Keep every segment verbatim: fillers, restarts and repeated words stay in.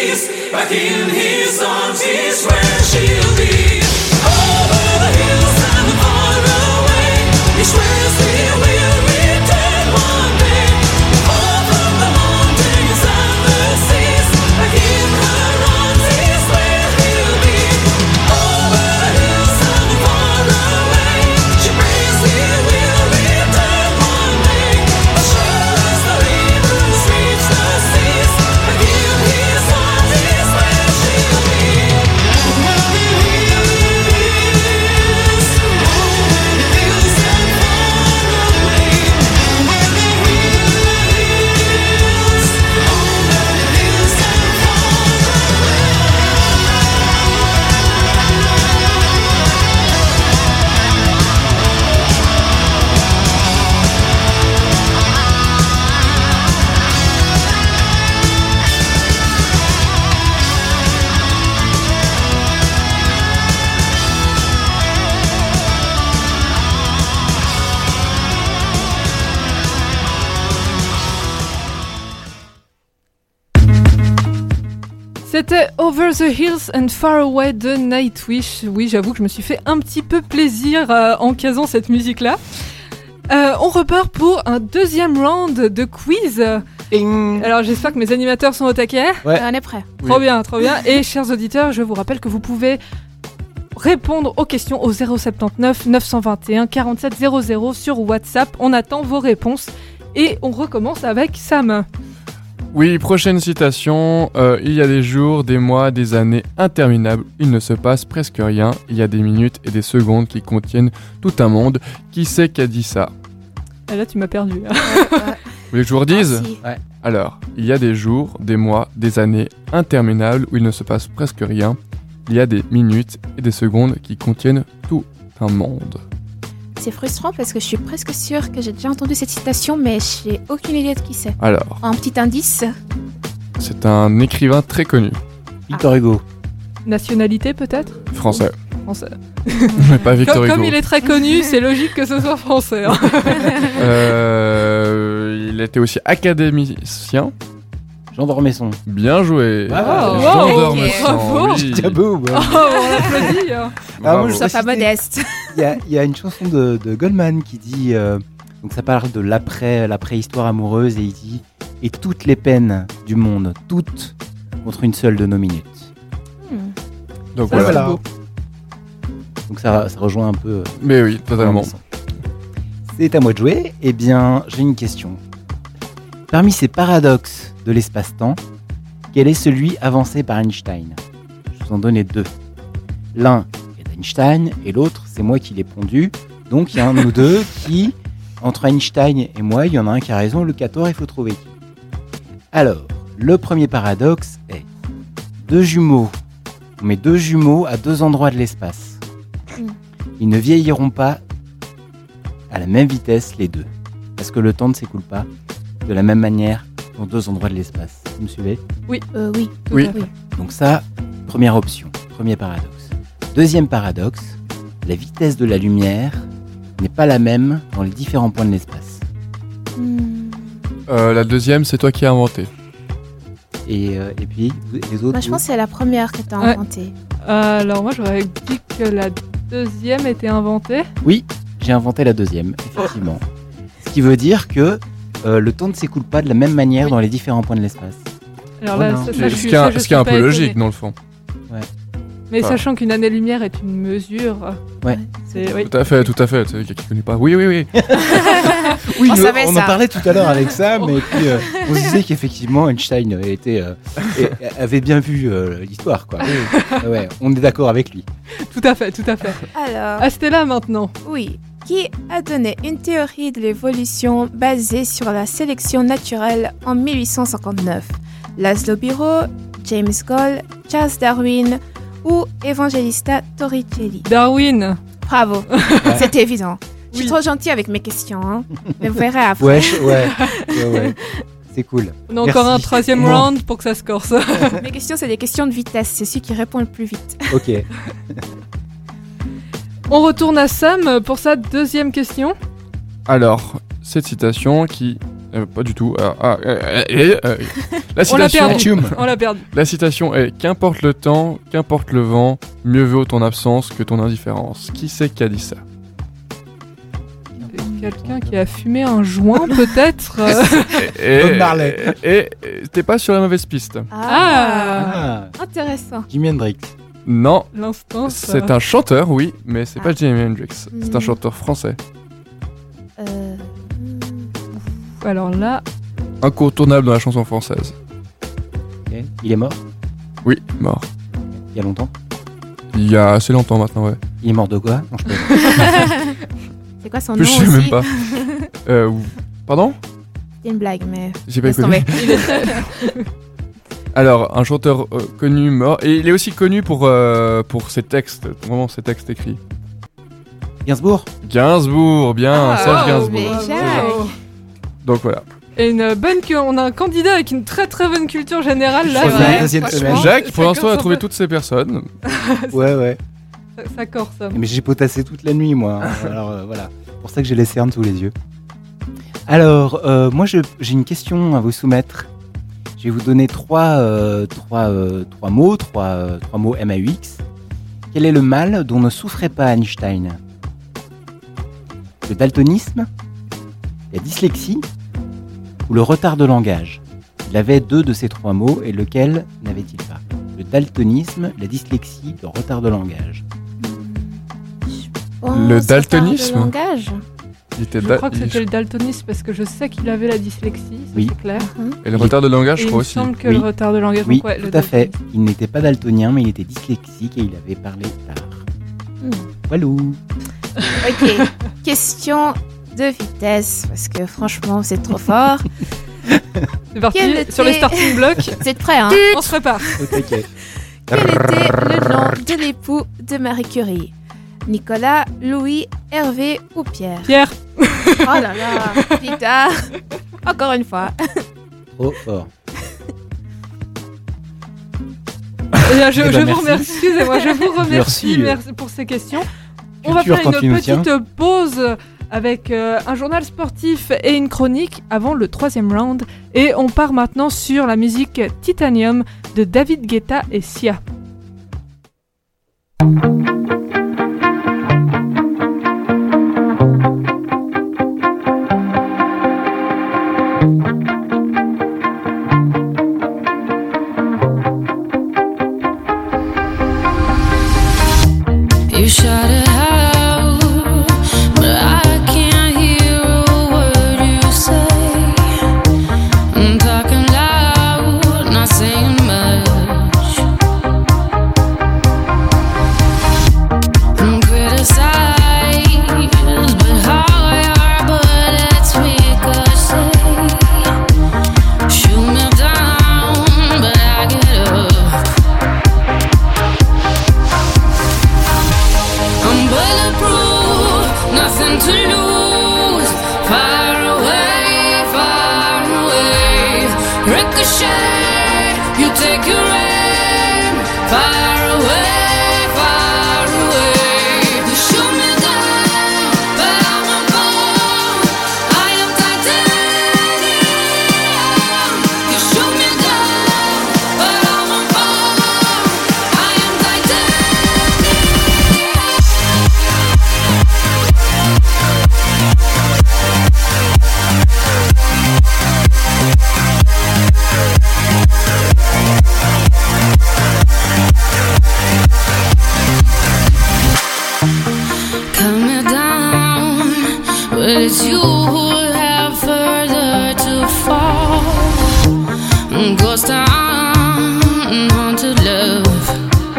cease. Back in his arms is where she'll be. Over the hills and far away, he swears he will return one day. Far from the mountains and the seas, back in her arms is where he'll be. Over the hills and far away, she prays he will return one day. As sure as the rivers reach the seas, back in his arms is where she'll be. Over the hills, over the hills and far away. Over the hills, over the hills and far C'était Over the Hills and Far Away de Nightwish. Oui, j'avoue que je me suis fait un petit peu plaisir euh, en casant cette musique-là. Euh, on repart pour un deuxième round de quiz. Ding. Alors j'espère que mes animateurs sont au taquet. Ouais. On est prêt. Oui. Trop bien, trop bien. Et chers auditeurs, je vous rappelle que vous pouvez répondre aux questions au zéro soixante-dix-neuf neuf cent vingt et un quarante-sept zéro zéro sur WhatsApp. On attend vos réponses et on recommence avec Sam. Oui, prochaine citation. Euh, il y a des jours, des mois, des années interminables. Il ne se passe presque rien. Il y a des minutes et des secondes qui contiennent tout un monde. Qui c'est qui a dit ça? Ah, là, tu m'as perdu. Ouais, ouais. Vous voulez que je vous redise? Ah, si. Alors, il y a des jours, des mois, des années interminables où il ne se passe presque rien. Il y a des minutes et des secondes qui contiennent tout un monde. C'est frustrant parce que je suis presque sûre que j'ai déjà entendu cette citation, mais j'ai aucune idée de qui c'est. Alors, Un petit indice. c'est un écrivain très connu, Victor Hugo. Nationalité peut-être? français, Français. mais pas Victor Comme, Hugo. comme il est très connu, c'est logique que ce soit français. hein. Euh, il était aussi académicien. Jean d'Ormesson. Bien joué. Bravo. Jean Wow, d'Ormesson, bravo. oui. Tabou. Oh, on l'applaudit. hein. Ah, Bravo. moi, je Sois pas citer- modeste. Il y a, il y a une chanson de, de Goldman qui dit, euh, donc ça parle de l'après, l'après-histoire amoureuse, et il dit « Et toutes les peines du monde, toutes, contre une seule de nos minutes. Hmm. Donc Ça, voilà. c'est beau. » Donc ça, ça rejoint un peu... euh, Mais oui, totalement. Ormesson. C'est à moi de jouer. Eh bien, j'ai une question. Parmi ces paradoxes de l'espace-temps, quel est celui avancé par Einstein? Je vous en donne deux. L'un est d'Einstein et l'autre, c'est moi qui l'ai pondu. Donc, il y a un de nous deux qui, entre Einstein et moi, il y en a un qui a raison, le quatorze, il faut trouver qui. Alors, le premier paradoxe est deux jumeaux. On met deux jumeaux à deux endroits de l'espace. Mm. Ils ne vieilliront pas à la même vitesse, les deux. Parce que le temps ne s'écoule pas de la même manière dans deux endroits de l'espace. Vous me suivez? Euh, oui. Tout Oui. à fait. Donc ça, première option, premier paradoxe. Deuxième paradoxe, la vitesse de la lumière n'est pas la même dans les différents points de l'espace. Hmm. Euh, la deuxième, c'est toi qui as inventé. Et, euh, et puis, vous- les autres... Moi, je pense que c'est la première que tu as Ouais. inventée. Alors moi, j'aurais dit que la deuxième était inventée. Oui, j'ai inventé la deuxième, effectivement. Ce qui veut dire que euh, le temps ne s'écoule pas de la même manière Oui. dans les différents points de l'espace. Alors Oh là, non. ça, ça, Ce je qui suis- est ça, un, je ce qui est suis un pas peu étonnée. logique dans le fond. Mais Enfin. sachant qu'une année-lumière est une mesure. Ouais. C'est oui. Tout à fait, tout à fait. Tu sais, quelqu'un qui connaît pas. Oui, oui, oui. Oui, On nous- savait on ça. en parlait tout à l'heure avec Sam, et puis euh, on se disait qu'effectivement Einstein était, euh, et- avait bien vu euh, l'histoire, quoi. Ouais, on est d'accord avec lui. Tout à fait, tout à fait. Alors, Ah, c'était là maintenant. oui. Qui a donné une théorie de l'évolution basée sur la sélection naturelle en mille huit cent cinquante-neuf? Laszlo Biro, James Goll, Charles Darwin ou Evangelista Torricelli? Darwin. Bravo, c'est évident. Je suis Oui. trop gentille avec mes questions, hein. Mais vous verrez après. Ouais, je- ouais, ouais, ouais. C'est cool. On a encore Merci. un troisième Bon. round pour que ça se corse. Mes questions, c'est des questions de vitesse. C'est celui qui répond le plus vite. Ok. On retourne à Sam pour sa deuxième question. Alors, cette citation qui, Euh, pas du tout. Alors, ah, euh, euh, euh, euh, la On l'a citation. perdu. On l'a perdu. La citation est qu'importe le temps, qu'importe le vent, mieux vaut ton absence que ton indifférence. Qui c'est qui a dit ça? Quelqu'un qui a fumé un joint, peut-être euh. Et, Bob Marley. et, et, et t'es pas sur la mauvaise piste. Ah, Ah, Intéressant. Jimi Hendrix. Non, L'instant. c'est un chanteur, oui, mais c'est Ah. pas Jimi Hendrix. C'est un Hmm. chanteur français. Euh... Alors là, Incontournable dans la chanson française. Ok. Il est mort Oui, mort. il y a longtemps. Il y a assez longtemps maintenant, ouais. Il est mort de quoi? Non, je peux. C'est quoi son Je nom sais aussi? même pas. Euh, ou- Pardon? C'est une blague, mais... J'ai pas Laisse écouté. tomber. il est Alors, un chanteur euh, connu mort. Et il est aussi connu pour, euh, pour ses textes, vraiment ses textes écrits. Gainsbourg? Gainsbourg, bien, Ah, Serge wow, Gainsbourg. mais Jacques. Donc voilà. Et une bonne cu- on a un candidat avec une très très bonne culture générale là. Je crois que ouais. c'est la deuxième Franchement, semaine. Jacques, ça pour l'instant, corse a un trouvé peu. toutes ces personnes. Ouais, ouais. Ça, ça corse. ça. Mais j'ai potassé toute la nuit, moi. hein. Alors euh, voilà. C'est pour ça que j'ai les cernes sous les yeux. Alors, euh, moi, je- j'ai une question à vous soumettre. Je vais vous donner trois, euh, trois, euh, trois mots, trois, euh, trois mots M A U X. Quel est le mal dont ne souffrait pas Einstein? Le daltonisme, la dyslexie ou le retard de langage? Il avait deux de ces trois mots et lequel n'avait-il pas? Le daltonisme, la dyslexie, le retard de langage. Bon, Le ça daltonisme. parle de langage. Il était Je da- crois que il- c'était le daltonisme parce que je sais qu'il avait la dyslexie, ça, Oui. c'est clair. Mhm. Et le retard de langage, Et je il crois me aussi. semble que Oui. le retard de langage, Oui, donc ouais, le tout à fait. daltonisme. Il n'était pas daltonien, mais il était dyslexique et il avait parlé tard. Hmm. Walou. Ok, question de vitesse, parce que franchement, c'est trop fort. C'est parti, Quel était- sur les starting blocks, Vous êtes prêts, hein? on se prépare. Au taquet. Quel était le nom de l'époux de Marie Curie? Nicolas, Louis, Hervé ou Pierre? Pierre, Oh là là, Victor. Encore une fois. Trop fort. Eh bien, je, Eh ben, je vous merci. remercie, excusez-moi, je vous remercie Merci. merci pour ces questions. On va Culture faire quand une tu nous tiens. petite pause avec euh, un journal sportif et une chronique avant le troisième round. Et on part maintenant sur la musique Titanium de David Guetta et Sia. You shout it out, but I can't hear a word you say. I'm talking loud, not saying much. I'm criticized, but how your bullets ricochet. Shoot me down, but I get up. I'm bulletproof, nothing to lose. Far away, far away. Ricochet, you take your aim. Far away, far away. You shoot me down, but I won't fall. I am titanium. You shoot me down, but I won't fall. I am titanium. Cut me down, but it's you who have further to fall. Ghost town, haunted love.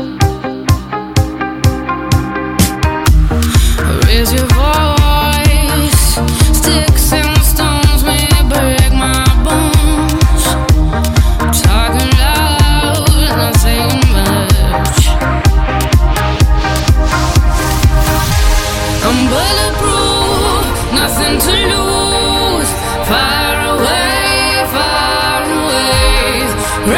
Raise your voice, sticks and stones may break my bones. Talking loud, not saying much. I'm bulletproof, nothing to lose. Far away, far away.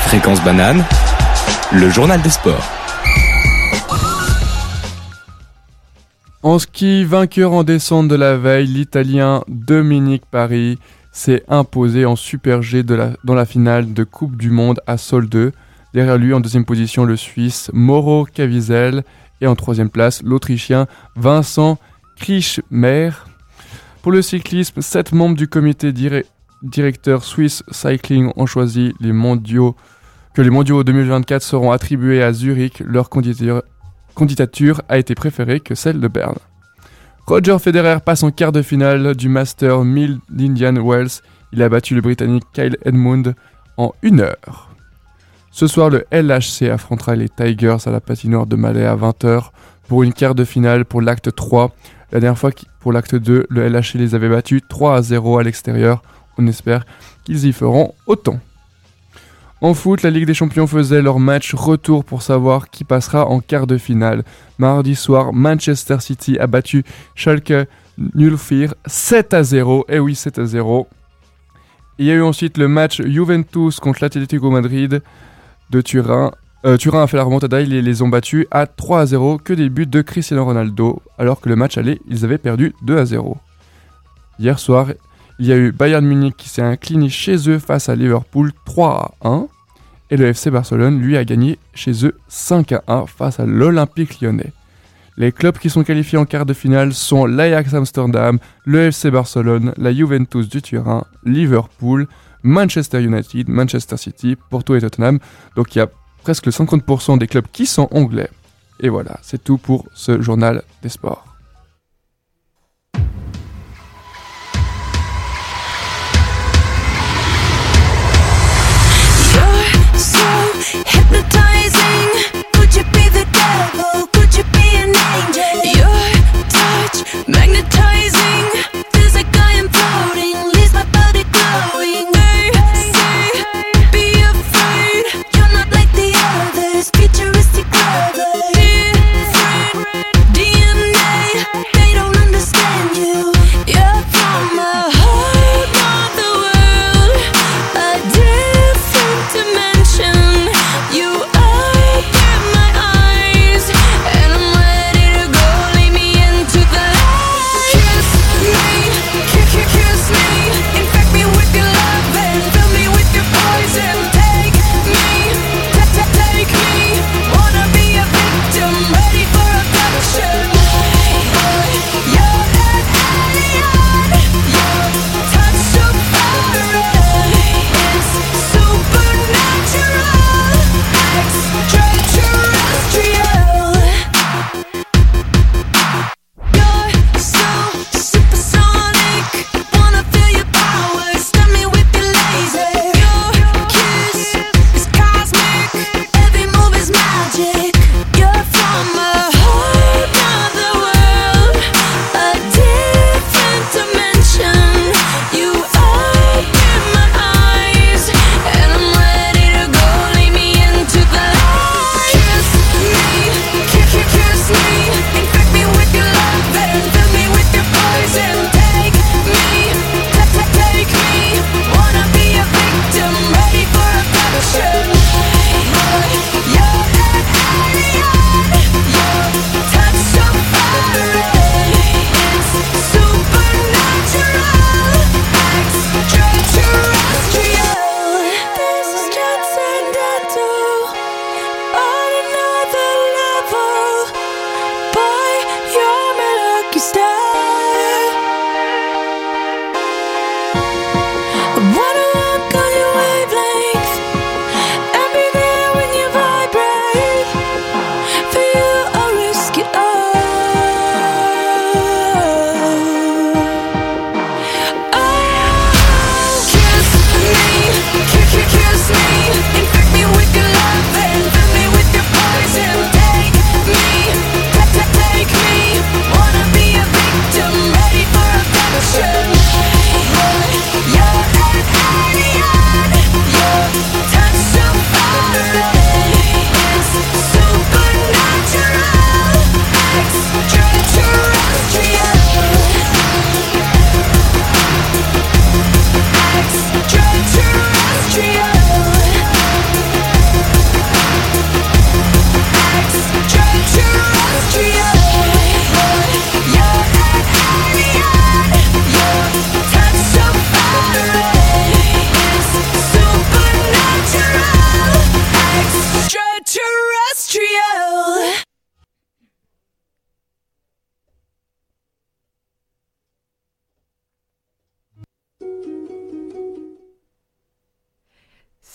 Fréquence Banane, le journal des sports. En ski, vainqueur en descente de la veille, l'Italien Dominique Paris s'est imposé en Super G de la, dans la finale de Coupe du Monde à Sol deux. Derrière lui, en deuxième position, le Suisse Mauro Caviezel et en troisième place, l'Autrichien Vincent Kriechmer. Pour le cyclisme, sept membres du comité dire- directeur Swiss Cycling ont choisi les mondiaux, que les mondiaux deux mille vingt-quatre seront attribués à Zurich. Leur candidature, candidature a été préférée que celle de Berne. Roger Federer passe en quart de finale du Master mille d'Indian Wells. Il a battu le Britannique Kyle Edmund en une heure. Ce soir, le L H C affrontera les Tigers à la patinoire de Malais à vingt heures pour une quart de finale pour l'acte trois. La dernière fois, pour l'acte deux, le L H C les avait battus trois à zéro à l'extérieur. On espère qu'ils y feront autant. En foot, la Ligue des Champions faisait leur match retour pour savoir qui passera en quart de finale. Mardi soir, Manchester City a battu Schalke null vier sept à zéro. Eh oui, sept à zéro. Il y a eu ensuite le match Juventus contre l'Atlético Madrid de Turin. Euh, Turin a fait la remontada, ils les ont battus à trois à zéro, que des buts de Cristiano Ronaldo, alors que le match allait, ils avaient perdu deux à zéro. Hier soir, il y a eu Bayern Munich qui s'est incliné chez eux face à Liverpool trois à un. Et le F C Barcelone, lui, a gagné chez eux cinq à un face à l'Olympique Lyonnais. Les clubs qui sont qualifiés en quart de finale sont l'Ajax Amsterdam, le F C Barcelone, la Juventus du Turin, Liverpool, Manchester United, Manchester City, Porto et Tottenham. Donc il y a presque cinquante pour cent des clubs qui sont anglais. Et voilà, c'est tout pour ce journal des sports. Hypnotizing, could you be the devil? Could you be an angel? Your touch, magnetizing. There's a guy imploding, leaves my body glowing. They say, be afraid. You're not like the others, futuristic lovers. Different D N A, they don't understand you. You're from a whole other world, a different dimension. You open my eyes, and I'm ready to go. Lead me into the light. Kiss me, kiss, kiss, kiss me. Infect me with your love and fill me with your poison. Take me, ta- ta- take me. Wanna be a victim, ready for abduction. You're an alien. Your touch so foreign. It's supernatural. Extraterrestrial. You're so supersonic. Wanna feel your power. Stun me with your laser. Your kiss is cosmic. Every move is magic. You're from a whole other world, a different dimension. You open my eyes, and I'm ready to go. Lead me into the light. Kiss me, kiss, kiss, kiss me. Infect me with your love and fill me with your poison. Take me, ta- ta- take me. Wanna be a victim, ready for abduction. You're an alien. Your touch so foreign. It's supernatural. Extraterrestrial. This is transcendental. On another level. Boy, you're my lucky star. I wanna walk on your wavelength and be there when you vibrate. For you, I'll risk it all. Oh, kiss me, kiss, kiss, kiss me. Infect me with your love and fill me with your poison. Take me, ta- ta- take me. Wanna be a victim.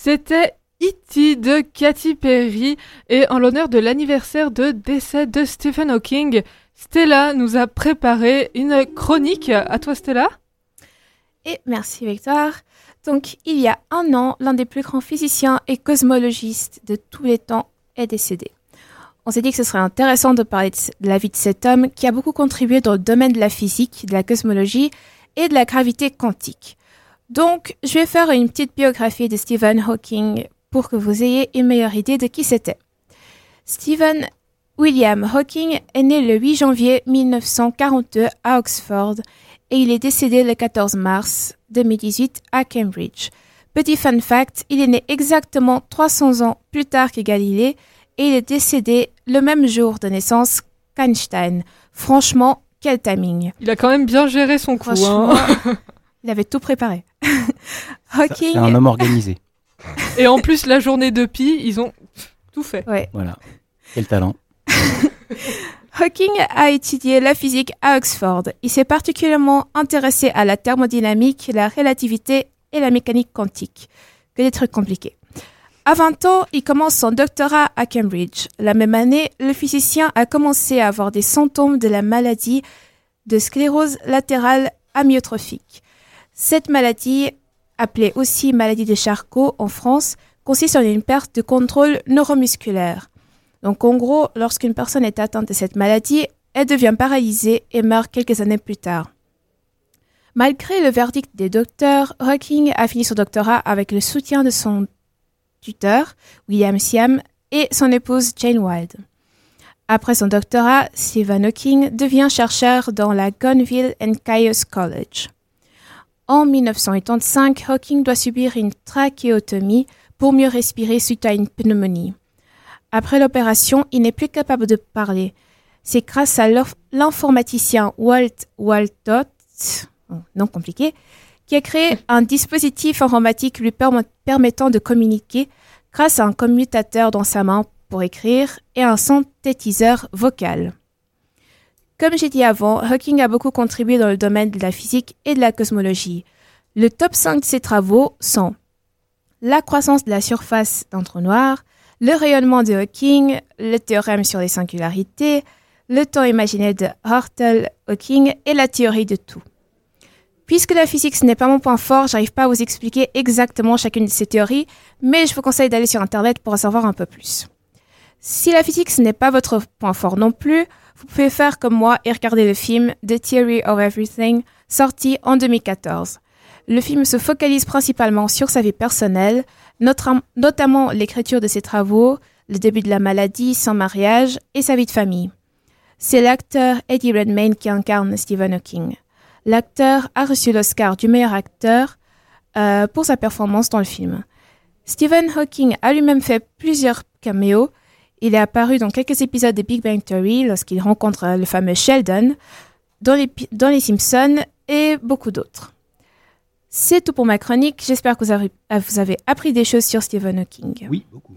C'était E T de Katy Perry et en l'honneur de l'anniversaire de décès de Stephen Hawking, Stella nous a préparé une chronique. À toi Stella. Et merci Victor. Donc, il y a un an, l'un des plus grands physiciens et cosmologistes de tous les temps est décédé. On s'est dit que ce serait intéressant de parler de la vie de cet homme qui a beaucoup contribué dans le domaine de la physique, de la cosmologie et de la gravité quantique. Donc, je vais faire une petite biographie de Stephen Hawking pour que vous ayez une meilleure idée de qui c'était. Stephen William Hawking est né le huit janvier mille neuf cent quarante-deux à Oxford et il est décédé le quatorze mars deux mille dix-huit à Cambridge. Petit fun fact, il est né exactement trois cents ans plus tard que Galilée et il est décédé le même jour de naissance qu'Einstein. Franchement, quel timing. Il a quand même bien géré son coup. Franchement, Hein. il avait tout préparé. Ça, Hawking, C'est un homme organisé. Et en plus, la journée de Pi, ils ont tout fait. ouais. Voilà. Quel talent. Hawking a étudié la physique à Oxford. Il s'est particulièrement intéressé à la thermodynamique, la relativité et la mécanique quantique. Que des trucs compliqués. À vingt ans, il commence son doctorat à Cambridge. La même année, le physicien a commencé à avoir des symptômes de la maladie de sclérose latérale amyotrophique. Cette maladie, appelée aussi maladie de Charcot en France, consiste en une perte de contrôle neuromusculaire. Donc en gros, lorsqu'une personne est atteinte de cette maladie, elle devient paralysée et meurt quelques années plus tard. Malgré le verdict des docteurs, Hawking a fini son doctorat avec le soutien de son tuteur, William Siam, et son épouse Jane Wilde. Après son doctorat, Stephen Hawking devient chercheur dans la Gonville and Caius College. En mille neuf cent quatre-vingt-quinze, Hawking doit subir une trachéotomie pour mieux respirer suite à une pneumonie. Après l'opération, il n'est plus capable de parler. C'est grâce à l'informaticien Walt Waltott, non compliqué, qui a créé un dispositif informatique lui perm- permettant de communiquer grâce à un commutateur dans sa main pour écrire et un synthétiseur vocal. Comme j'ai dit avant, Hawking a beaucoup contribué dans le domaine de la physique et de la cosmologie. Le top cinq de ses travaux sont la croissance de la surface d'un trou noir, le rayonnement de Hawking, le théorème sur les singularités, le temps imaginé de Hartle-Hawking et la théorie de tout. Puisque la physique ce n'est pas mon point fort, j'arrive pas à vous expliquer exactement chacune de ces théories, mais je vous conseille d'aller sur internet pour en savoir un peu plus. Si la physique ce n'est pas votre point fort non plus, vous pouvez faire comme moi et regarder le film The Theory of Everything, sorti en deux mille quatorze. Le film se focalise principalement sur sa vie personnelle, notre, notamment l'écriture de ses travaux, le début de la maladie, son mariage et sa vie de famille. C'est l'acteur Eddie Redmayne qui incarne Stephen Hawking. L'acteur a reçu l'Oscar du meilleur acteur euh, pour sa performance dans le film. Stephen Hawking a lui-même fait plusieurs caméos. Il est apparu dans quelques épisodes de Big Bang Theory lorsqu'il rencontre le fameux Sheldon, dans les, dans les Simpsons et beaucoup d'autres. C'est tout pour ma chronique. J'espère que vous avez, vous avez appris des choses sur Stephen Hawking. Oui, beaucoup.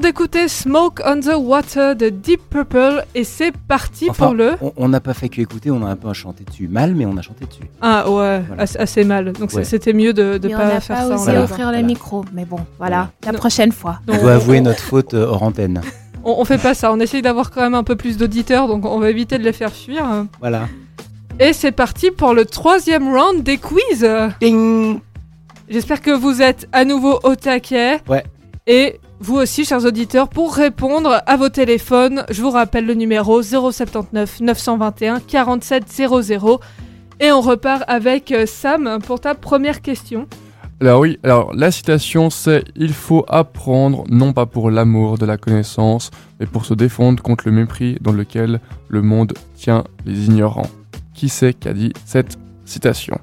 d'écouter Smoke on the Water de Deep Purple et c'est parti Enfin, pour le... on- On n'a pas fait que écouter, on a un peu chanté dessus. Mal, mais on a chanté dessus. Ah ouais, Voilà. assez, assez mal. Donc c'est- Ouais. c'était mieux de ne Mais on pas n'a faire pas ça en osé live. offrir le Voilà. micro. Mais bon, voilà, la Non. prochaine fois. On Donc, doit on- avouer notre faute euh, hors antenne. On, on fait pas ça, on essaye d'avoir quand même un peu plus d'auditeurs, donc on va éviter de les faire fuir. Voilà. Et c'est parti pour le troisième round des quiz. Ding. J'espère que vous êtes à nouveau au taquet. Ouais. Et vous aussi, chers auditeurs, pour répondre à vos téléphones, je vous rappelle le numéro zéro soixante-dix-neuf neuf cent vingt et un quarante-sept zéro zéro. Et on repart avec euh, Sam pour ta première question. Alors oui, alors la citation c'est « Il faut apprendre, non pas pour l'amour de la connaissance, mais pour se défendre contre le mépris dans lequel le monde tient les ignorants. » Qui c'est qui a dit cette citation?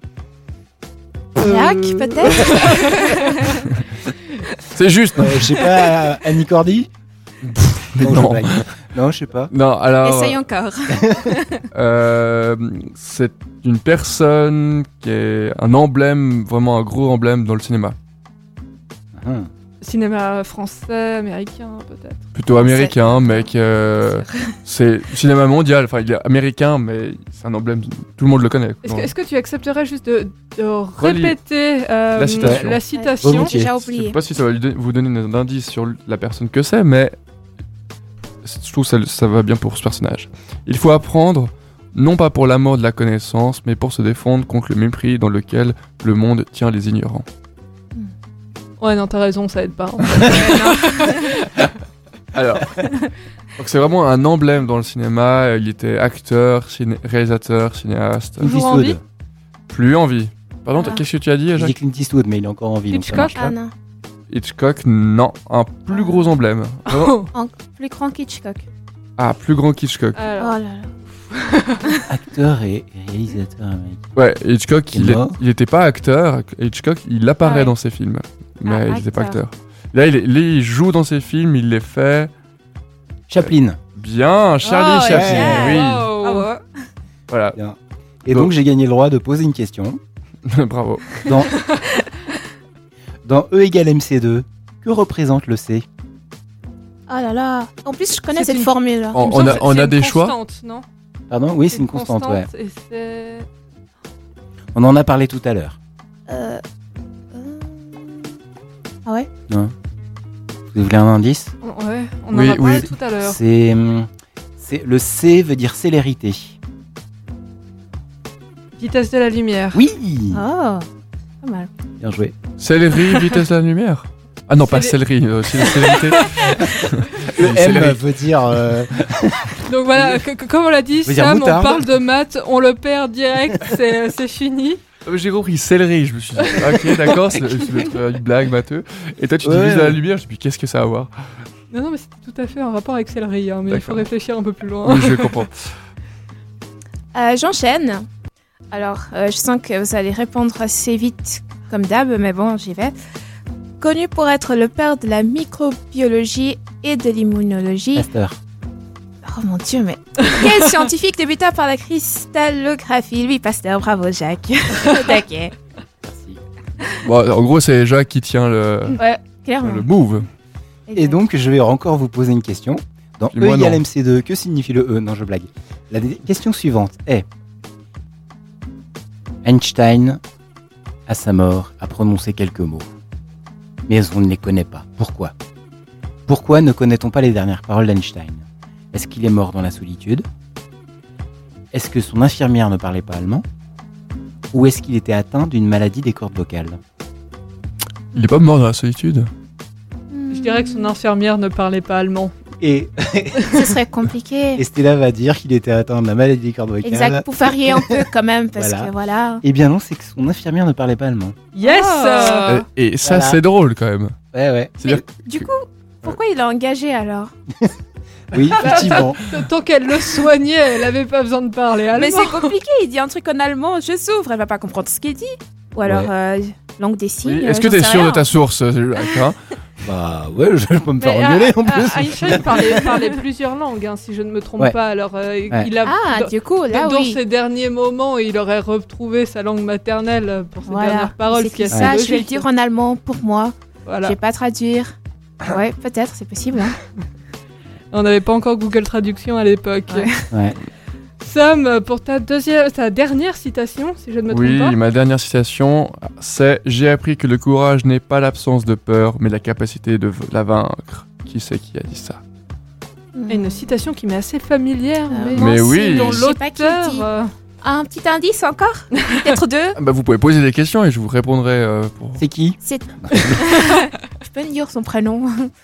Jacques, Euh, peut-être. C'est juste. Euh, je sais pas, Annie Cordy. Non, je Non. blague. Non, je sais pas. Non, alors Essaye encore. euh, c'est une personne qui est un emblème, vraiment un gros emblème dans le cinéma. Ah. Cinéma français, américain, peut-être. Plutôt américain, mais qui, euh, c'est cinéma mondial. Enfin, il est américain, mais c'est un emblème. Tout le monde le connaît. Est-ce que, est-ce que tu accepterais juste de, de Relis répéter euh, la citation. la citation Volontiers. J'ai Je sais oublié. pas si ça va lui don- vous donner un indice sur la personne que c'est, mais je trouve que ça, ça va bien pour ce personnage. Il faut apprendre, non pas pour l'amour de la connaissance, mais pour se défendre contre le mépris dans lequel le monde tient les ignorants. Ouais, non, t'as raison, ça aide pas. hein. Alors, donc c'est vraiment un emblème dans le cinéma. Il était acteur, ciné- réalisateur, cinéaste. Clint Toujours en vie Eastwood. Plus en vie. Pardon, Ah. qu'est-ce que tu as dit, J'ai dit Jacques? Clint Eastwood, mais il est encore en vie. donc ça Hitchcock marche pas. Ah non. Hitchcock, non. Un plus gros emblème. Vraiment- En- Plus grand qu'Hitchcock. Ah, plus grand qu'Hitchcock. Oh Alors, là là. Acteur et réalisateur américain. Ouais, Hitchcock, Il est il, est- mort il était pas acteur. Hitchcock, il apparaît Ah ouais. dans ses films. Mais Ah, il n'était pas acteur. acteur. Là il, est- là, il joue dans ses films, il les fait Chaplin. bien. Charlie Oh, Chaplin, yeah. oui. wow. Ah ouais. Voilà, Et Donc- donc j'ai gagné le droit de poser une question. bravo. Dans, dans E égale M C deux, que représente le C? Oh là là. En plus, je connais C'est cette une- formule là. On, Il me on semble a, que on c'est a une des choix. constante, non Pardon? Oui, c'est une constante, ouais. Et c'est... On en a parlé tout à l'heure. Euh... euh, Ah ouais. Vous voulez un indice? Ouais, on Oui, en a parlé oui. tout à l'heure. C'est, hum, c'est le C veut dire célérité. Vitesse de la lumière. Oui, Oh. Pas mal. bien joué. Céleri, vitesse de la lumière. Ah non, pas Célé- céleri, euh, c'est célérité. Le Oui, M céleri. veut dire. euh, Donc voilà, que- que- comme on l'a dit, Veut dire Sam, on moutarde. parle de maths, on le perd direct, c'est c'est fini. Ah, mais J'ai compris, céleri, je me suis dit, ok, d'accord, c'est c'est une blague, Matheux. Et toi, tu dis Ouais. vitesse de la lumière, je me suis dit, qu'est-ce que ça a à voir? Non, non, mais c'était tout à fait un rapport avec céleri, hein, mais il faut D'accord. réfléchir un peu plus loin. Oui, je comprends. Euh, J'enchaîne. Alors, euh, je sens que vous allez répondre assez vite, comme d'hab, mais bon, j'y vais. Connu pour être le père de la microbiologie et de l'immunologie. Pasteur. Oh mon dieu, mais quel scientifique débuta par la cristallographie? Lui, Pasteur, bravo Jacques. Taquet. Merci. Bon, en gros, c'est Jacques qui tient le, Ouais, Clairement. le move. Et donc, je vais encore vous poser une question. Dans Puis E moi, égale non. M C deux, que signifie le E? Non, je blague. La dé- question suivante est Einstein, à sa mort, a prononcé quelques mots. Mais on ne les connaît pas. Pourquoi? Pourquoi ne connaît-on pas les dernières paroles d'Einstein? Est-ce qu'il est mort dans la solitude? Est-ce que son infirmière ne parlait pas allemand? Ou est-ce qu'il était atteint d'une maladie des cordes vocales? Il est pas mort dans la solitude. je dirais que son infirmière ne parlait pas allemand. Et Ce serait compliqué. Estella va dire qu'il était atteint de la maladie des cordes vocales. Exact, pour varier un peu quand même, parce Voilà. que voilà. Eh bien non, c'est que son infirmière ne parlait pas allemand. Yes Ah. Euh, Et ça, Voilà. c'est drôle quand même. Ouais, ouais. C'est-à-dire Du coup, pourquoi il a engagé alors? Oui, effectivement. Tant qu'elle le soignait, elle avait pas besoin de parler allemand. Mais c'est compliqué, il dit un truc en allemand, je souffre, elle va pas comprendre ce qu'il dit. Ou alors, euh, langue des signes. Oui, Est-ce euh, que j'en t'es sais sûr de rien. ta source, euh, Jacques, hein? Bah ouais, je, je peux me faire Mais, engueuler euh, en plus. euh, Einstein parlait, parlait plusieurs langues, hein, si je ne me trompe Ouais. pas. Alors, euh, Ouais. il a, Ah, dans, du coup, là dans oui. ses derniers moments, il aurait retrouvé sa langue maternelle pour ses Voilà. dernières paroles, C'est ce qui est que assez ça, je vais le logique. dire en allemand pour moi. Voilà. Je vais pas traduire. Ouais, peut-être, c'est possible. Hein. On n'avait pas encore Google Traduction à l'époque. Ouais. Ouais. Sam, pour ta, deuxième, ta dernière citation, si je ne me trompe Oui, pas. ma dernière citation, c'est « J'ai appris que le courage n'est pas l'absence de peur, mais la capacité de v- la vaincre. » Qui c'est qui a dit ça? Et une citation qui m'est assez familière. Euh, mais moi Mais aussi, oui. dont je sais pas qui l'auteur... dit. euh, Un petit indice encore? Peut-être deux? Ah bah, vous pouvez poser des questions et je vous répondrai euh, pour... C'est qui? C'est... Je peux me dire son prénom?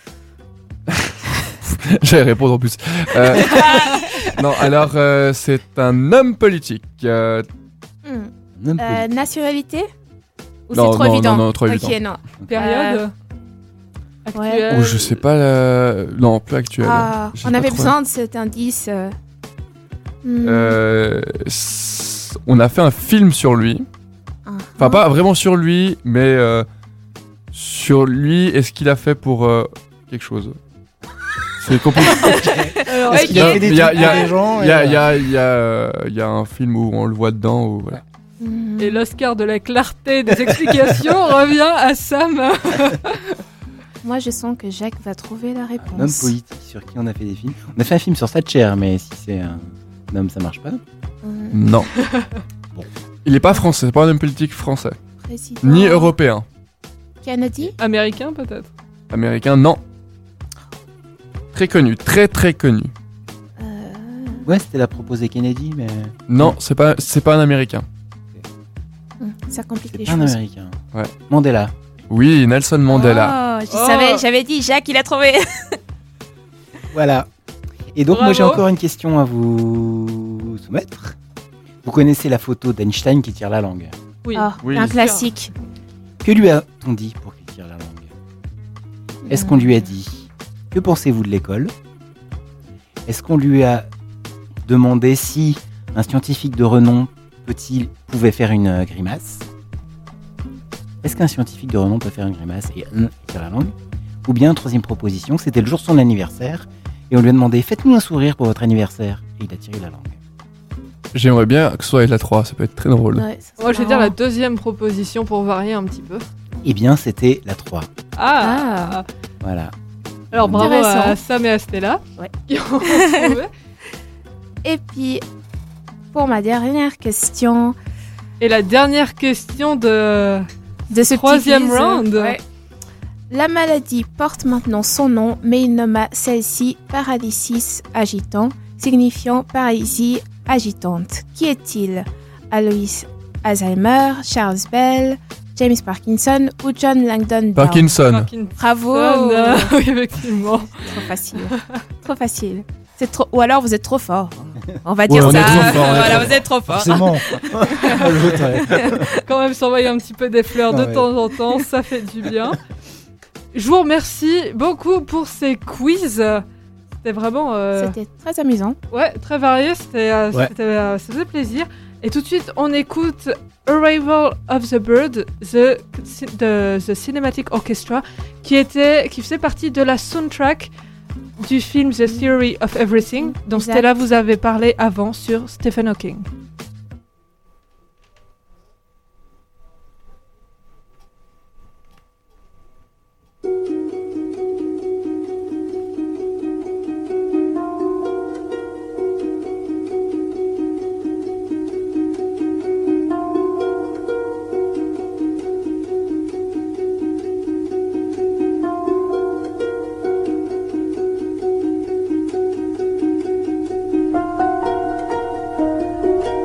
J'allais répondre en plus. Euh, non, alors, euh, c'est un homme politique. euh, Hmm. Un homme Euh, politique. nationalité? Ou Non, c'est trop non, évident? non, non, trop évident. Ok, non. Période Euh, actuelle. Ou je sais pas... la- Non, plus actuel. Ah, Je sais on pas avait trop. besoin de cet indice. euh. Hmm. Euh, s- on a fait un film sur lui. Ah. Enfin, pas vraiment sur lui, mais euh, sur lui et ce qu'il a fait pour euh, quelque chose. C'est compliqué. Alors, Est-ce qu'il a fait des Il y a- trucs il y a- pour les gens Il y a, et il y, a, il y, a, euh, il y a un film où on le voit dedans. Où, voilà. Hmm. Et l'Oscar de la clarté des explications revient à Sam. Moi, je sens que Jacques va trouver la Un homme réponse. politique sur qui on a fait des films. On a fait un film sur Thatcher, mais si c'est un homme, ça marche pas. Hmm. Non. Bon. Il est pas français, c'est pas un homme politique français. Président Ni européen. Kennedy? Américain, peut-être. Américain, non. Très connu, très très connu. Euh, Ouais, c'était la proposée Kennedy, mais Non, c'est pas, c'est pas un américain. hmm, Ça complique c'est les pas un choses. américain. Ouais. Mandela. Oui, Nelson Mandela. Oh, je Oh. savais, j'avais dit, Jacques, il a trouvé. Voilà. Et donc, Bravo. moi, j'ai encore une question à vous soumettre. Vous connaissez la photo d'Einstein qui tire la langue. Oui. Oh, Oui, un sûr. classique. Que lui a-t-on dit pour qu'il tire la langue? Est-ce qu'on lui a dit « Que pensez-vous de l'école » Est-ce qu'on lui a demandé si un scientifique de renom peut-il, pouvait faire une euh, grimace? Est-ce qu'un scientifique de renom peut faire une grimace et hum, tire la langue? Ou bien, troisième proposition, c'était le jour de son anniversaire et on lui a demandé « Faites-nous un sourire pour votre anniversaire » et il a tiré la langue. J'aimerais bien que ce soit la trois, ça peut être très drôle. Ouais, ça, c'est Moi, je vais dire marrant. la deuxième proposition pour varier un petit peu. Eh bien, c'était la trois. Ah, Voilà. Alors, bravo Intéressant. à Sam et à Stella. Ouais. Qui ont trouvé. Et puis, pour ma dernière question Et la dernière question de... de ce petit Troisième quiz, round. ouais. La maladie porte maintenant son nom, mais il nomma celle-ci paralysis agitant, signifiant paralysie agitante. Qui est-il? Alois Alzheimer, Charles Bell, James Parkinson ou John Langdon Down? Parkinson. Parkinson. Bravo. Euh, oui, effectivement. Trop facile. Trop facile. C'est trop... Ou alors vous êtes trop fort. On va Ouais, dire on ça. est trop fort, on est Voilà, trop vous êtes trop fort. Forcément. L'autre, ouais. Quand même s'envoyer un petit peu des fleurs de Ah ouais. temps en temps, ça fait du bien. Je vous remercie beaucoup pour ces quiz. C'était vraiment euh, C'était très amusant. ouais, très varié, c'était, euh, Ouais. c'était, euh, ça faisait plaisir. Et tout de suite, on écoute Arrival of the Bird, the, the, the Cinematic Orchestra, qui, était, qui faisait partie de la soundtrack du film The Theory of Everything, dont Exact. Stella vous avait parlé avant sur Stephen Hawking. Thank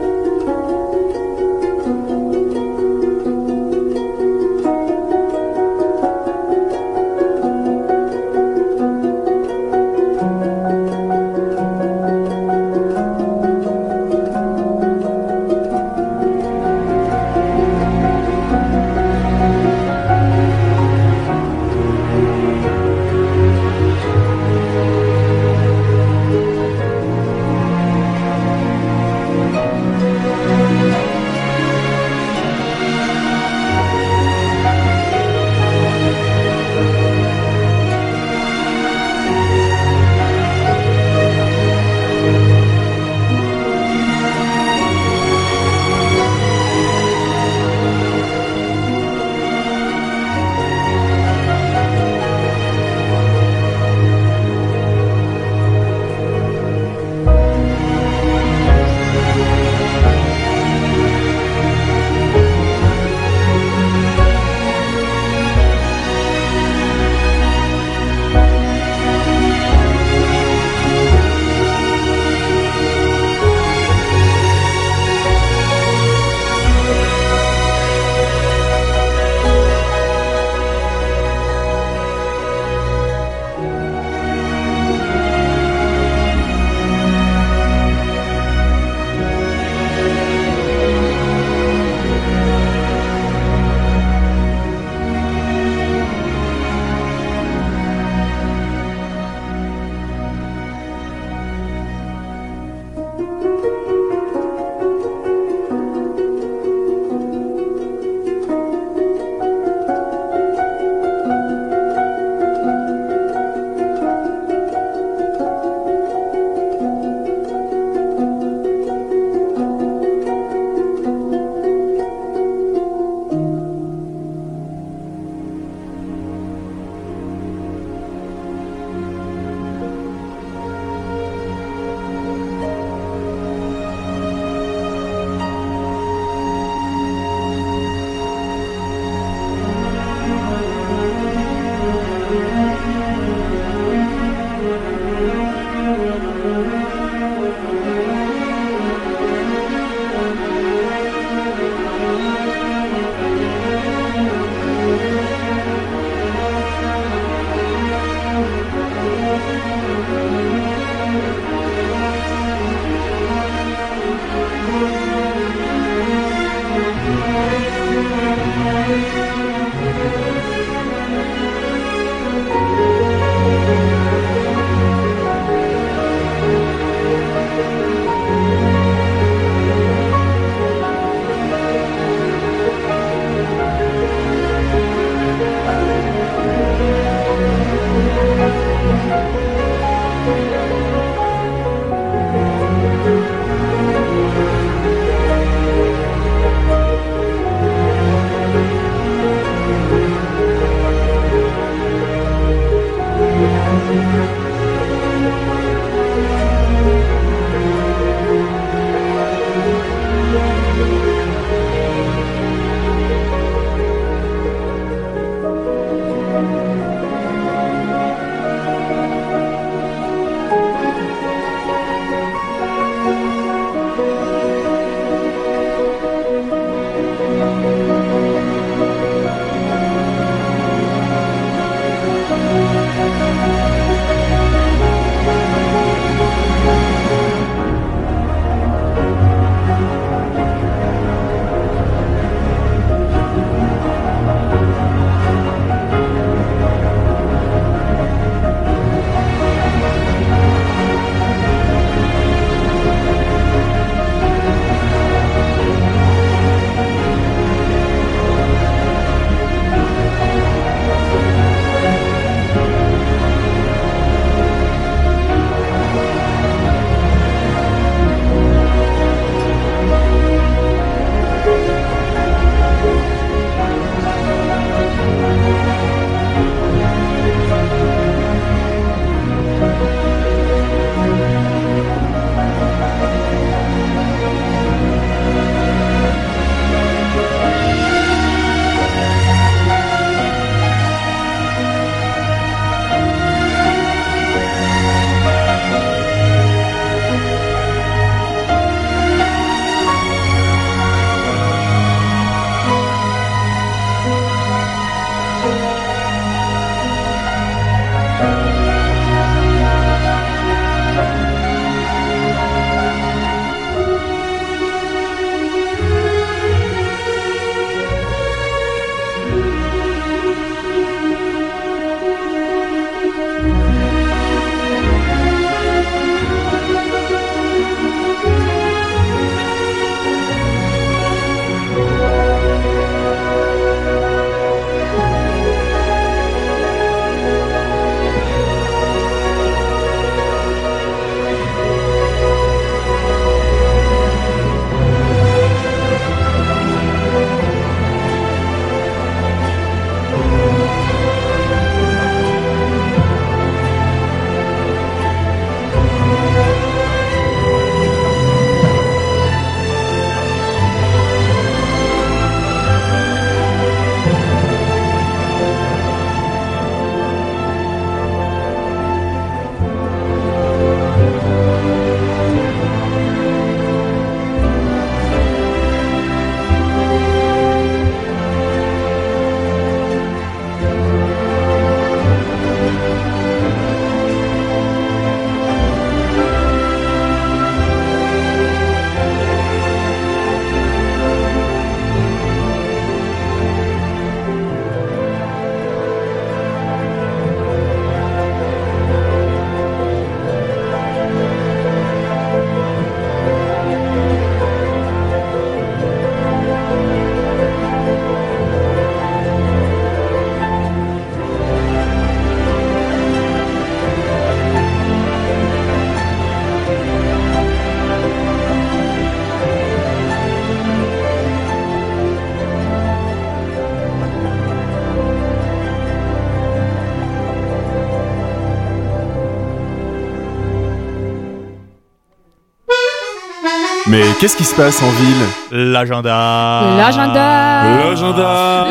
Mais qu'est-ce qui se passe en ville? L'agenda. L'agenda. L'agenda.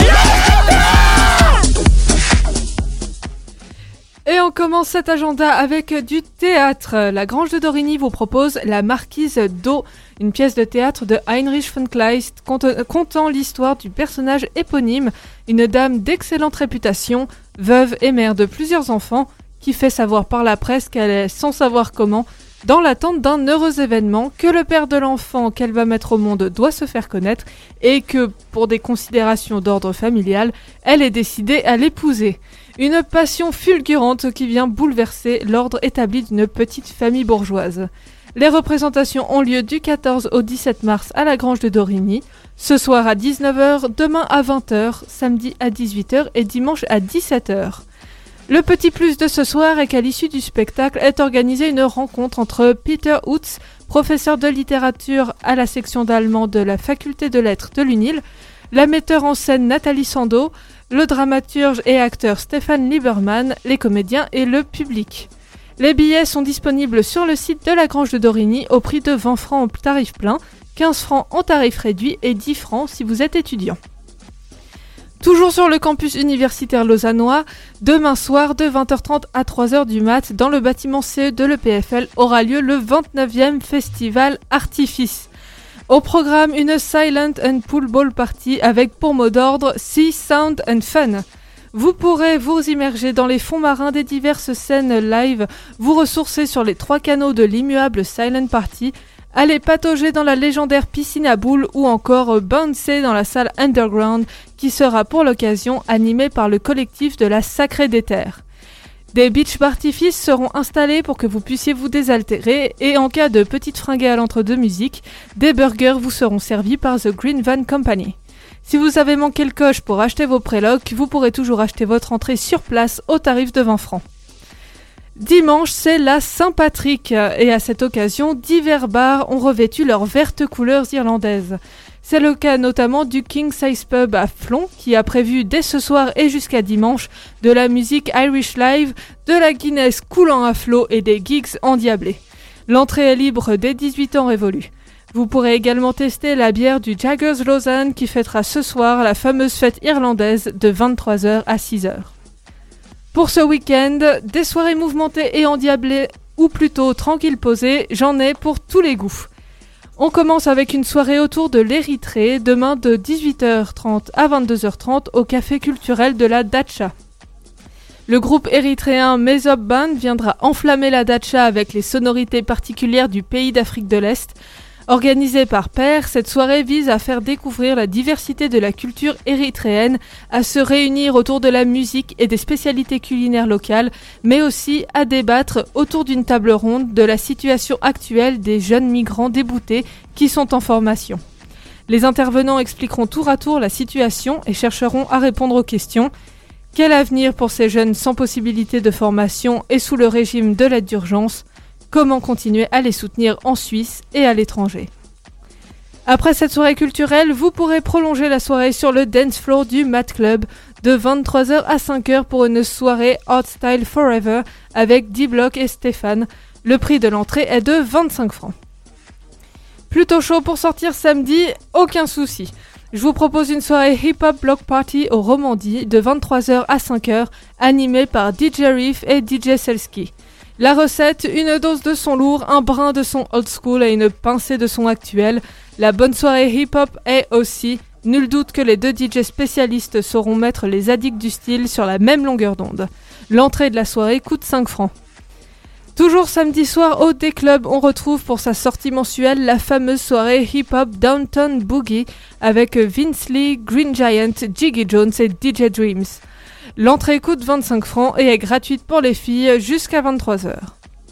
Et on commence cet agenda avec du théâtre. La Grange de Dorigny vous propose La Marquise d'O, une pièce de théâtre de Heinrich von Kleist contant l'histoire du personnage éponyme, une dame d'excellente réputation, veuve et mère de plusieurs enfants, qui fait savoir par la presse qu'elle est sans savoir comment, dans l'attente d'un heureux événement, que le père de l'enfant qu'elle va mettre au monde doit se faire connaître et que, pour des considérations d'ordre familial, elle est décidée à l'épouser. Une passion fulgurante qui vient bouleverser l'ordre établi d'une petite famille bourgeoise. Les représentations ont lieu du quatorze au dix-sept mars à la Grange de Dorigny, ce soir à dix-neuf heures, demain à vingt heures, samedi à dix-huit heures et dimanche à dix-sept heures. Le petit plus de ce soir est qu'à l'issue du spectacle est organisée une rencontre entre Peter Utz, professeur de littérature à la section d'allemand de la faculté de lettres de l'U N I L, la metteur en scène Nathalie Sando, le dramaturge et acteur Stéphane Lieberman, les comédiens et le public. Les billets sont disponibles sur le site de la Grange de Dorigny au prix de vingt francs en tarif plein, quinze francs en tarif réduit et dix francs si vous êtes étudiant. Toujours sur le campus universitaire lausannois, demain soir de vingt heures trente à trois heures du mat, dans le bâtiment C E de l'E P F L, aura lieu le vingt-neuvième festival Artifice. Au programme, une Silent and Pool Ball Party avec pour mot d'ordre Sea, Sound and Fun. Vous pourrez vous immerger dans les fonds marins des diverses scènes live, vous ressourcer sur les trois canaux de l'immuable Silent Party, aller patauger dans la légendaire piscine à boules ou encore bouncer dans la salle underground qui sera pour l'occasion animée par le collectif de la Sacrée des Terres. Des beach d'artifice seront installés pour que vous puissiez vous désaltérer et en cas de petite fringale entre deux musiques, des burgers vous seront servis par The Green Van Company. Si vous avez manqué le coche pour acheter vos prélocs, vous pourrez toujours acheter votre entrée sur place au tarif de vingt francs. Dimanche, c'est la Saint-Patrick et à cette occasion, divers bars ont revêtu leurs vertes couleurs irlandaises. C'est le cas notamment du King Size Pub à Flon qui a prévu dès ce soir et jusqu'à dimanche de la musique Irish Live, de la Guinness coulant à flot et des gigs endiablés. L'entrée est libre dès dix-huit ans révolus. Vous pourrez également tester la bière du Jaggers Lausanne qui fêtera ce soir la fameuse fête irlandaise de vingt-trois heures à six heures. Pour ce week-end, des soirées mouvementées et endiablées, ou plutôt tranquilles posées, j'en ai pour tous les goûts. On commence avec une soirée autour de l'Érythrée, demain de dix-huit heures trente à vingt-deux heures trente au café culturel de la Dacha. Le groupe érythréen Mesop Band viendra enflammer la Dacha avec les sonorités particulières du pays d'Afrique de l'Est. Organisée par Père, cette soirée vise à faire découvrir la diversité de la culture érythréenne, à se réunir autour de la musique et des spécialités culinaires locales, mais aussi à débattre autour d'une table ronde de la situation actuelle des jeunes migrants déboutés qui sont en formation. Les intervenants expliqueront tour à tour la situation et chercheront à répondre aux questions. Quel avenir pour ces jeunes sans possibilité de formation et sous le régime de l'aide d'urgence ? Comment continuer à les soutenir en Suisse et à l'étranger. Après cette soirée culturelle, vous pourrez prolonger la soirée sur le dance floor du Mat Club de vingt-trois heures à cinq heures pour une soirée Art Style Forever avec D-Block et Stéphane. Le prix de l'entrée est de vingt-cinq francs. Plutôt chaud pour sortir samedi, aucun souci. Je vous propose une soirée hip-hop block party au Romandie de vingt-trois heures à cinq heures, animée par D J Reef et D J Selski. La recette, une dose de son lourd, un brin de son old school et une pincée de son actuel. La bonne soirée hip-hop est aussi, nul doute que les deux D J spécialistes sauront mettre les addicts du style sur la même longueur d'onde. L'entrée de la soirée coûte cinq francs. Toujours samedi soir au D-Club, on retrouve pour sa sortie mensuelle la fameuse soirée hip-hop Downtown Boogie avec Vince Lee, Green Giant, Jiggy Jones et D J Dreams. L'entrée coûte vingt-cinq francs et est gratuite pour les filles jusqu'à vingt-trois heures.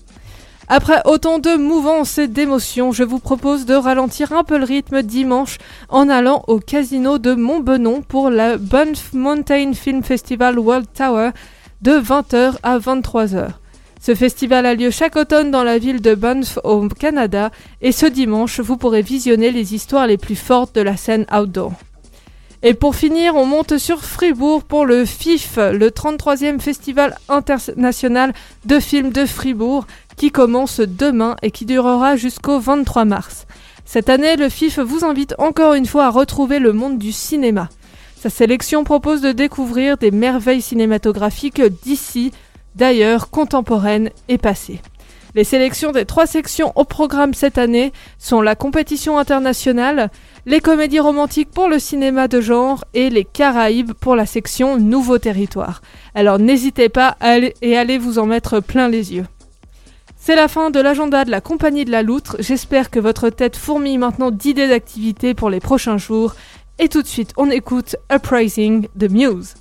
Après autant de mouvances et d'émotions, je vous propose de ralentir un peu le rythme dimanche en allant au casino de Montbenon pour la Banff Mountain Film Festival World Tower de vingt heures à vingt-trois heures. Ce festival a lieu chaque automne dans la ville de Banff au Canada et ce dimanche, vous pourrez visionner les histoires les plus fortes de la scène outdoor. Et pour finir, on monte sur Fribourg pour le F I F, le trente-troisième Festival international de films de Fribourg, qui commence demain et qui durera jusqu'au vingt-trois mars. Cette année, le F I F vous invite encore une fois à retrouver le monde du cinéma. Sa sélection propose de découvrir des merveilles cinématographiques d'ici, d'ailleurs, contemporaines et passées. Les sélections des trois sections au programme cette année sont la compétition internationale, les comédies romantiques pour le cinéma de genre et les Caraïbes pour la section Nouveaux Territoires. Alors n'hésitez pas à aller, et allez vous en mettre plein les yeux. C'est la fin de l'agenda de la Compagnie de la Loutre. J'espère que votre tête fourmille maintenant d'idées d'activités pour les prochains jours. Et tout de suite, on écoute Uprising de Muse.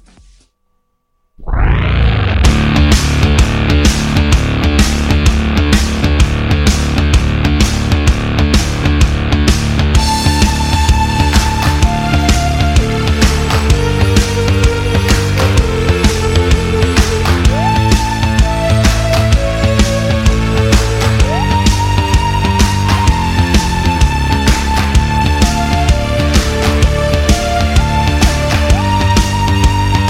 Uprising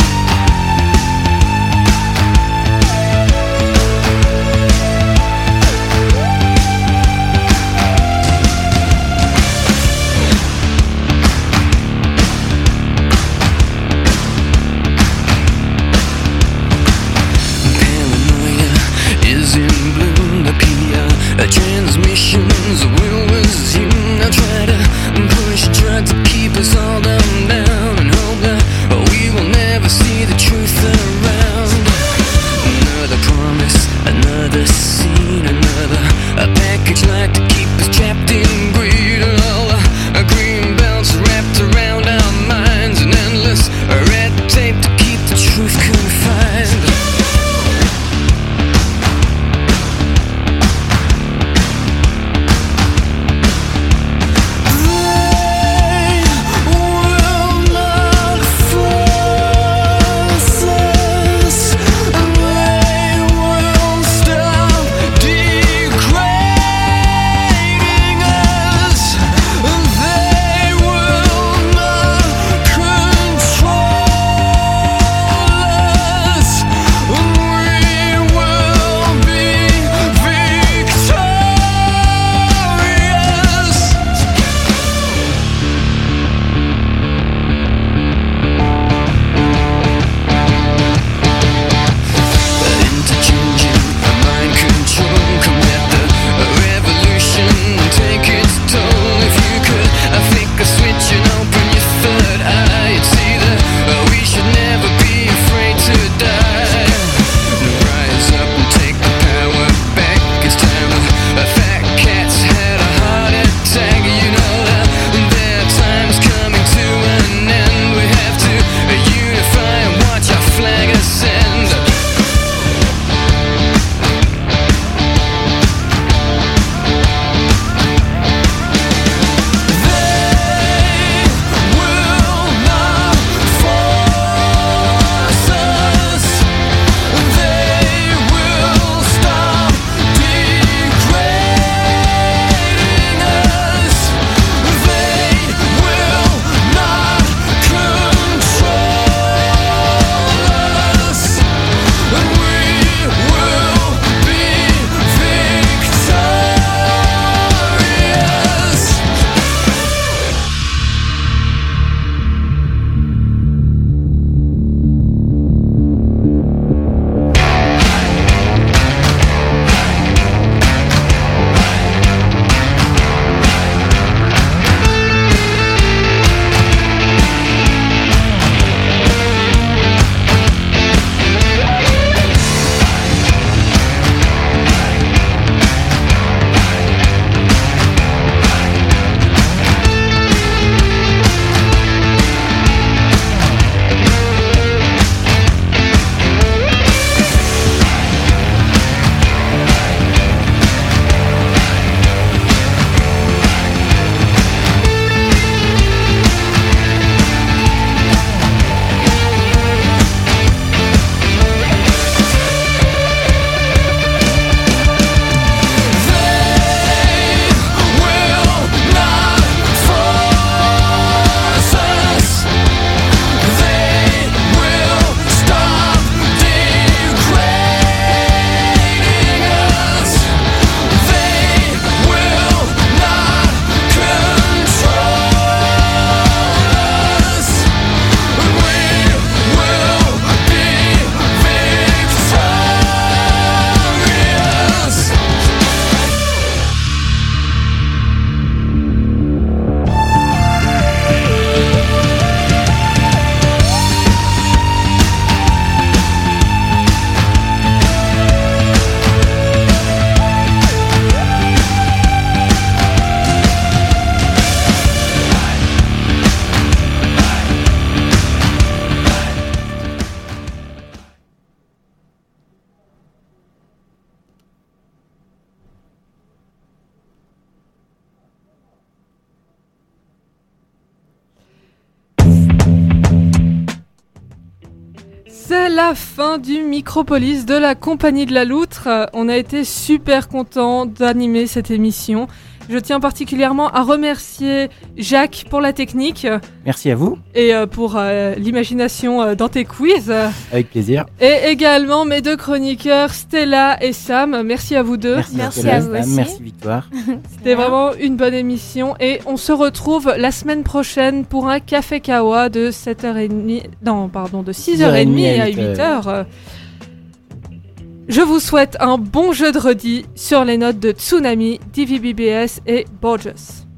C'est la fin du Micropolis de la Compagnie de la Loutre. On a été super contents d'animer cette émission. Je tiens particulièrement à remercier Jacques pour la technique. Merci à vous. Et euh, pour euh, l'imagination euh, dans tes quiz. Avec plaisir. Et également mes deux chroniqueurs, Stella et Sam. Merci à vous deux. Merci, Merci Stella, à vous Sam. aussi. Merci Victoire. C'était vraiment une bonne émission. Et on se retrouve la semaine prochaine pour un café kawa de sept heures trente. Non, pardon, de six heures trente à huit heures. Je vous souhaite un bon jeudi sur les notes de Tsunami, D V B B S et Borges.